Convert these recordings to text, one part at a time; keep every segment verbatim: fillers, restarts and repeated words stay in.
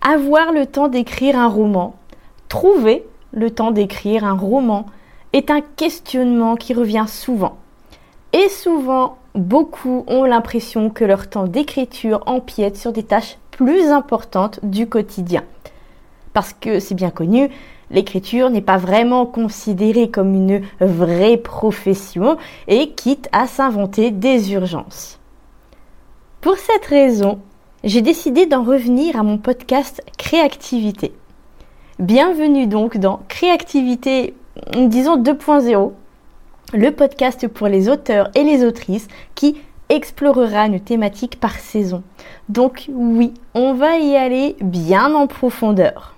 Avoir le temps d'écrire un roman, trouver le temps d'écrire un roman est un questionnement qui revient souvent. Et souvent, beaucoup ont l'impression que leur temps d'écriture empiète sur des tâches plus importantes du quotidien. Parce que c'est bien connu, l'écriture n'est pas vraiment considérée comme une vraie profession et quitte à s'inventer des urgences. Pour cette raison, j'ai décidé d'en revenir à mon podcast Créativité. Bienvenue donc dans Créativité, disons deux point zéro, le podcast pour les auteurs et les autrices qui explorera une thématique par saison. Donc oui, on va y aller bien en profondeur.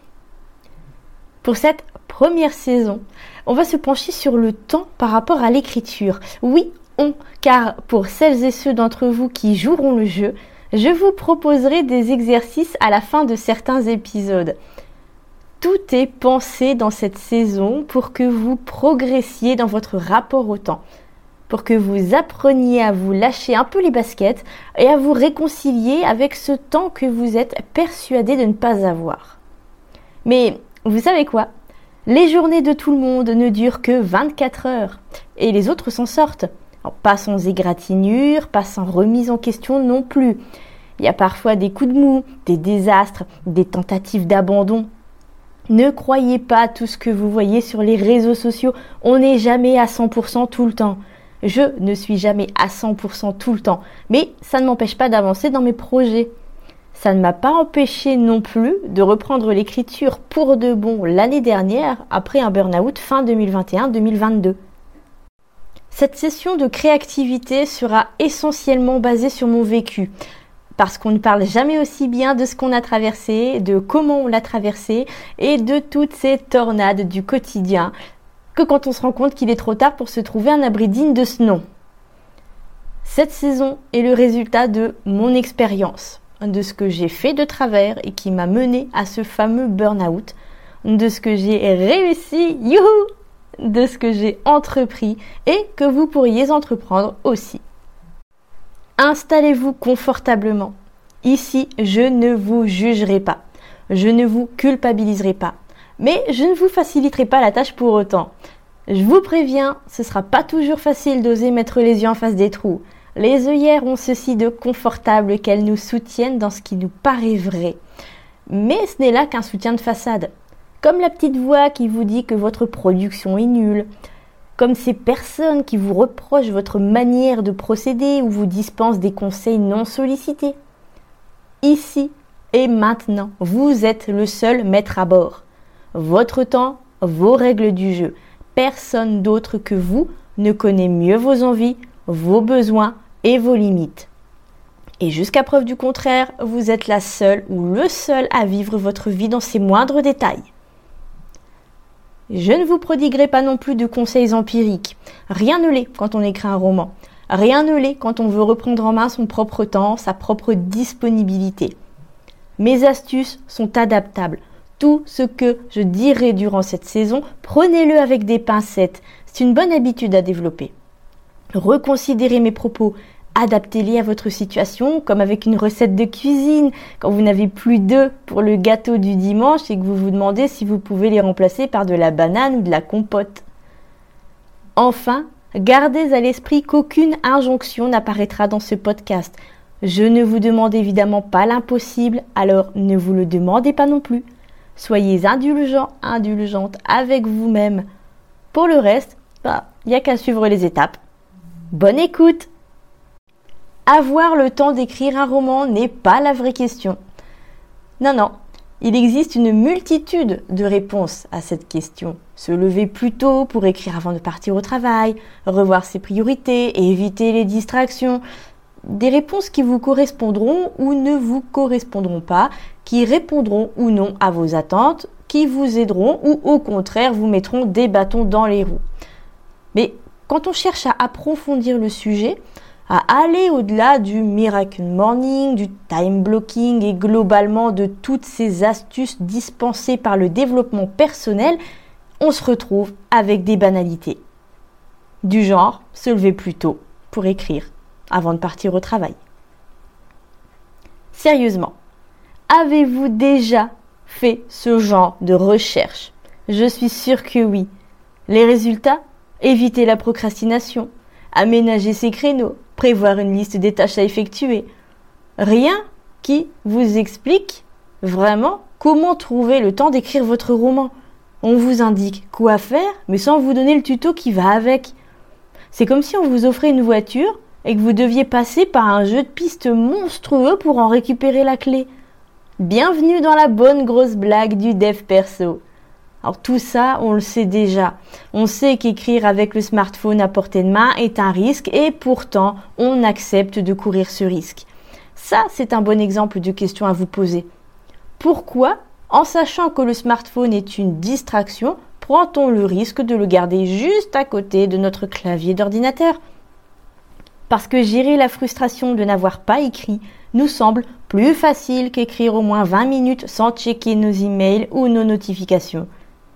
Pour cette première saison, on va se pencher sur le temps par rapport à l'écriture. Oui, on, car pour celles et ceux d'entre vous qui joueront le jeu, je vous proposerai des exercices à la fin de certains épisodes. Tout est pensé dans cette saison pour que vous progressiez dans votre rapport au temps, pour que vous appreniez à vous lâcher un peu les baskets et à vous réconcilier avec ce temps que vous êtes persuadé de ne pas avoir. Mais vous savez quoi ? Les journées de tout le monde ne durent que vingt-quatre heures et les autres s'en sortent. Pas sans égratignure, pas sans remise en question non plus. Il y a parfois des coups de mou, des désastres, des tentatives d'abandon. Ne croyez pas tout ce que vous voyez sur les réseaux sociaux. On n'est jamais à cent pour cent tout le temps. Je ne suis jamais à cent pour cent tout le temps. Mais ça ne m'empêche pas d'avancer dans mes projets. Ça ne m'a pas empêché non plus de reprendre l'écriture pour de bon l'année dernière après un burn-out fin deux mille vingt et un deux mille vingt-deux. Cette session de créativité sera essentiellement basée sur mon vécu, parce qu'on ne parle jamais aussi bien de ce qu'on a traversé, de comment on l'a traversé et de toutes ces tornades du quotidien que quand on se rend compte qu'il est trop tard pour se trouver un abri digne de ce nom. Cette saison est le résultat de mon expérience, de ce que j'ai fait de travers et qui m'a mené à ce fameux burn-out, de ce que j'ai réussi, youhou, de ce que j'ai entrepris et que vous pourriez entreprendre aussi. Installez-vous confortablement. Ici, je ne vous jugerai pas. Je ne vous culpabiliserai pas. Mais je ne vous faciliterai pas la tâche pour autant. Je vous préviens, ce sera pas toujours facile d'oser mettre les yeux en face des trous. Les œillères ont ceci de confortable qu'elles nous soutiennent dans ce qui nous paraît vrai. Mais ce n'est là qu'un soutien de façade. Comme la petite voix qui vous dit que votre production est nulle. Comme ces personnes qui vous reprochent votre manière de procéder ou vous dispensent des conseils non sollicités. Ici et maintenant, vous êtes le seul maître à bord. Votre temps, vos règles du jeu. Personne d'autre que vous ne connaît mieux vos envies, vos besoins et vos limites. Et jusqu'à preuve du contraire, vous êtes la seule ou le seul à vivre votre vie dans ses moindres détails. Je ne vous prodiguerai pas non plus de conseils empiriques. Rien ne l'est quand on écrit un roman. Rien ne l'est quand on veut reprendre en main son propre temps, sa propre disponibilité. Mes astuces sont adaptables. Tout ce que je dirai durant cette saison, prenez-le avec des pincettes. C'est une bonne habitude à développer. Reconsidérez mes propos. Adaptez-les à votre situation, comme avec une recette de cuisine, quand vous n'avez plus d'œufs pour le gâteau du dimanche et que vous vous demandez si vous pouvez les remplacer par de la banane ou de la compote. Enfin, gardez à l'esprit qu'aucune injonction n'apparaîtra dans ce podcast. Je ne vous demande évidemment pas l'impossible, alors ne vous le demandez pas non plus. Soyez indulgents, indulgentes avec vous-même. Pour le reste, bah, y a qu'à suivre les étapes. Bonne écoute! Avoir le temps d'écrire un roman n'est pas la vraie question. Non, non, il existe une multitude de réponses à cette question. Se lever plus tôt pour écrire avant de partir au travail, revoir ses priorités, éviter les distractions. Des réponses qui vous correspondront ou ne vous correspondront pas, qui répondront ou non à vos attentes, qui vous aideront ou au contraire vous mettront des bâtons dans les roues. Mais quand on cherche à approfondir le sujet, à aller au-delà du miracle morning, du time blocking et globalement de toutes ces astuces dispensées par le développement personnel, on se retrouve avec des banalités. Du genre, se lever plus tôt pour écrire avant de partir au travail. Sérieusement, Avez-vous déjà fait ce genre de recherche? Je suis sûre que oui. Les résultats? Éviter la procrastination, aménager ses créneaux, prévoir une liste des tâches à effectuer. Rien qui vous explique vraiment comment trouver le temps d'écrire votre roman. On vous indique quoi faire, mais sans vous donner le tuto qui va avec. C'est comme si on vous offrait une voiture et que vous deviez passer par un jeu de piste monstrueux pour en récupérer la clé. Bienvenue dans la bonne grosse blague du dev perso. Alors tout ça, on le sait déjà. On sait qu'écrire avec le smartphone à portée de main est un risque et pourtant, on accepte de courir ce risque. Ça, c'est un bon exemple de question à vous poser. Pourquoi, en sachant que le smartphone est une distraction, prend-on le risque de le garder juste à côté de notre clavier d'ordinateur? Parce que gérer la frustration de n'avoir pas écrit nous semble plus facile qu'écrire au moins vingt minutes sans checker nos emails ou nos notifications.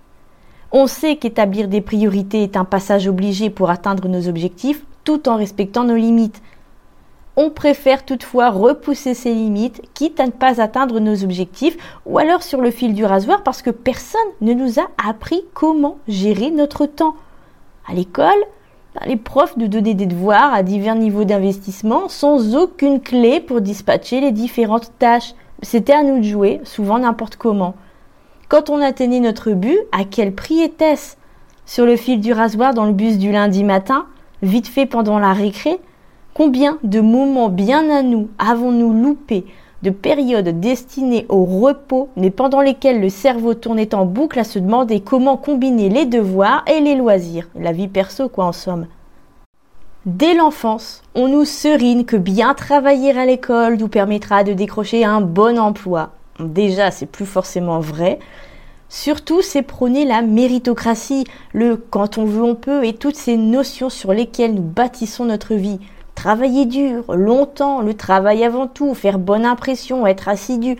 On sait qu'établir des priorités est un passage obligé pour atteindre nos objectifs tout en respectant nos limites. On préfère toutefois repousser ces limites, quitte à ne pas atteindre nos objectifs, ou alors sur le fil du rasoir parce que personne ne nous a appris comment gérer notre temps. À l'école, les profs nous donnaient des devoirs à divers niveaux d'investissement sans aucune clé pour dispatcher les différentes tâches. C'était à nous de jouer, souvent n'importe comment. Quand on atteignait notre but, à quel prix était-ce? Sur le fil du rasoir dans le bus du lundi matin, vite fait pendant la récré? Combien de moments bien à nous avons-nous loupé, de périodes destinées au repos, mais pendant lesquelles le cerveau tournait en boucle à se demander comment combiner les devoirs et les loisirs, la vie perso quoi en somme. Dès l'enfance, on nous serine que bien travailler à l'école nous permettra de décrocher un bon emploi. Déjà, c'est plus forcément vrai. Surtout, c'est prôner la méritocratie, le « quand on veut, on peut » et toutes ces notions sur lesquelles nous bâtissons notre vie. Travailler dur, longtemps, le travail avant tout, faire bonne impression, être assidu.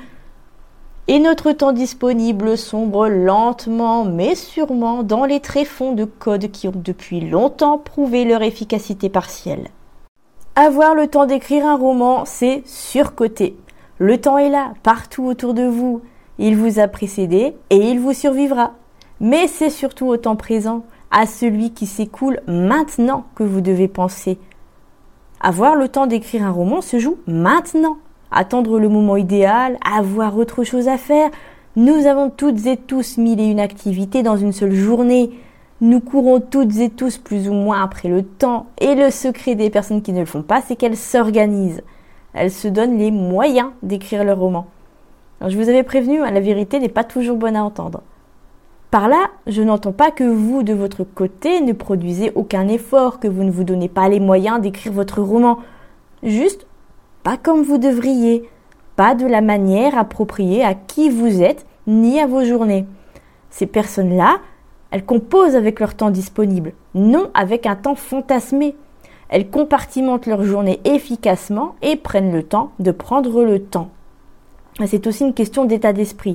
Et notre temps disponible sombre lentement mais sûrement dans les tréfonds de codes qui ont depuis longtemps prouvé leur efficacité partielle. Avoir le temps d'écrire un roman, c'est surcoté. Le temps est là, partout autour de vous. Il vous a précédé et il vous survivra. Mais c'est surtout au temps présent, à celui qui s'écoule maintenant que vous devez penser. Avoir le temps d'écrire un roman se joue maintenant. Attendre le moment idéal, avoir autre chose à faire. Nous avons toutes et tous mille et une activités dans une seule journée. Nous courons toutes et tous plus ou moins après le temps. Et le secret des personnes qui ne le font pas, c'est qu'elles s'organisent. Elles se donnent les moyens d'écrire leur roman. Alors, je vous avais prévenu, la vérité n'est pas toujours bonne à entendre. Par là, je n'entends pas que vous, de votre côté, ne produisez aucun effort, que vous ne vous donnez pas les moyens d'écrire votre roman. Juste, pas comme vous devriez, pas de la manière appropriée à qui vous êtes, ni à vos journées. Ces personnes-là, elles composent avec leur temps disponible, non avec un temps fantasmé. Elles compartimentent leur journée efficacement et prennent le temps de prendre le temps. C'est aussi une question d'état d'esprit.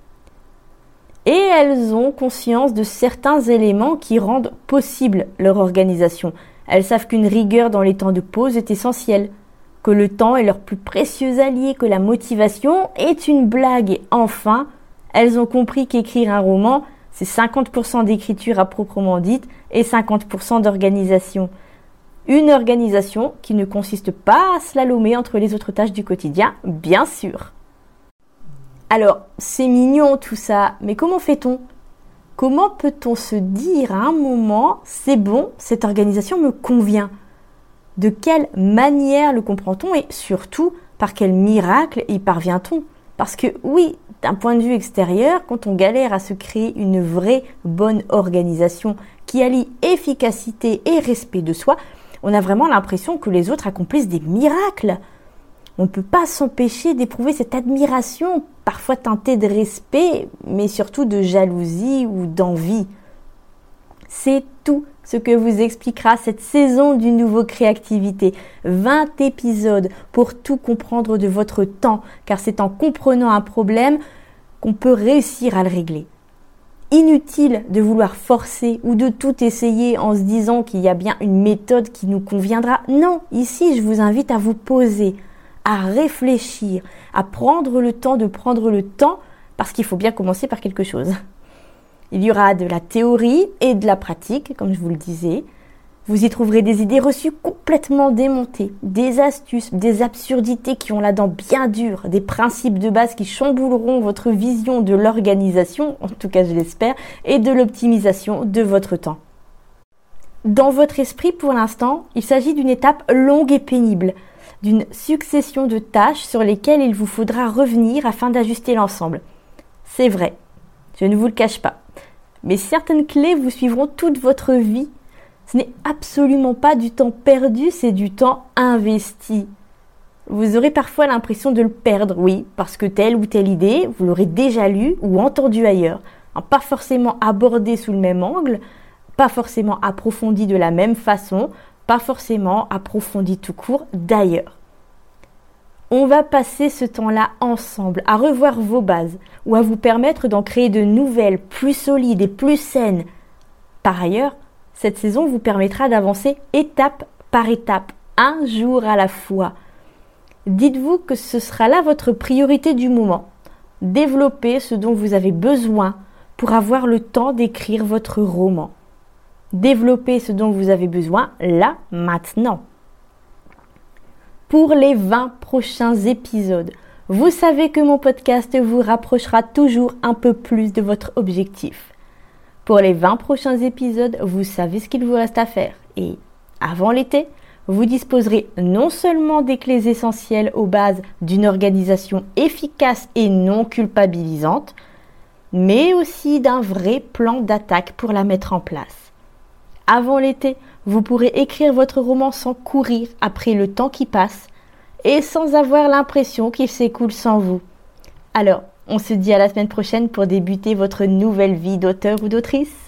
Et elles ont conscience de certains éléments qui rendent possible leur organisation. Elles savent qu'une rigueur dans les temps de pause est essentielle, que le temps est leur plus précieux allié, que la motivation est une blague. Et enfin, elles ont compris qu'écrire un roman, c'est cinquante pour cent d'écriture à proprement dite et cinquante pour cent d'organisation. Une organisation qui ne consiste pas à slalomer entre les autres tâches du quotidien, bien sûr. Alors, c'est mignon tout ça, mais comment fait-on? Comment peut-on se dire à un moment, c'est bon, cette organisation me convient? De quelle manière le comprend-on et surtout, par quel miracle y parvient-on? Parce que oui, d'un point de vue extérieur, quand on galère à se créer une vraie bonne organisation qui allie efficacité et respect de soi, on a vraiment l'impression que les autres accomplissent des miracles. On ne peut pas s'empêcher d'éprouver cette admiration, parfois teintée de respect, mais surtout de jalousie ou d'envie. C'est tout ce que vous expliquera cette saison du Nouveau Créativité. vingt épisodes pour tout comprendre de votre temps, car c'est en comprenant un problème qu'on peut réussir à le régler. Inutile de vouloir forcer ou de tout essayer en se disant qu'il y a bien une méthode qui nous conviendra. Non, ici je vous invite à vous poser, à réfléchir, à prendre le temps de prendre le temps, parce qu'il faut bien commencer par quelque chose. Il y aura de la théorie et de la pratique, comme je vous le disais. Vous y trouverez des idées reçues complètement démontées, des astuces, des absurdités qui ont la dent bien dure, des principes de base qui chambouleront votre vision de l'organisation, en tout cas je l'espère, et de l'optimisation de votre temps. Dans votre esprit, pour l'instant, il s'agit d'une étape longue et pénible, d'une succession de tâches sur lesquelles il vous faudra revenir afin d'ajuster l'ensemble. C'est vrai, je ne vous le cache pas, mais certaines clés vous suivront toute votre vie. Ce n'est absolument pas du temps perdu, c'est du temps investi. Vous aurez parfois l'impression de le perdre, oui, parce que telle ou telle idée, vous l'aurez déjà lue ou entendue ailleurs, pas forcément abordée sous le même angle, pas forcément approfondie de la même façon, pas forcément approfondie tout court d'ailleurs. On va passer ce temps-là ensemble, à revoir vos bases, ou à vous permettre d'en créer de nouvelles, plus solides et plus saines. Par ailleurs, cette saison vous permettra d'avancer étape par étape, un jour à la fois. Dites-vous que ce sera là votre priorité du moment. Développez ce dont vous avez besoin pour avoir le temps d'écrire votre roman. Développez ce dont vous avez besoin là, maintenant. Pour les vingt prochains épisodes, vous savez que mon podcast vous rapprochera toujours un peu plus de votre objectif. Pour les vingt prochains épisodes, vous savez ce qu'il vous reste à faire. Et avant l'été, vous disposerez non seulement des clés essentielles aux bases d'une organisation efficace et non culpabilisante, mais aussi d'un vrai plan d'attaque pour la mettre en place. Avant l'été, vous pourrez écrire votre roman sans courir après le temps qui passe et sans avoir l'impression qu'il s'écoule sans vous. Alors, on se dit à la semaine prochaine pour débuter votre nouvelle vie d'auteur ou d'autrice.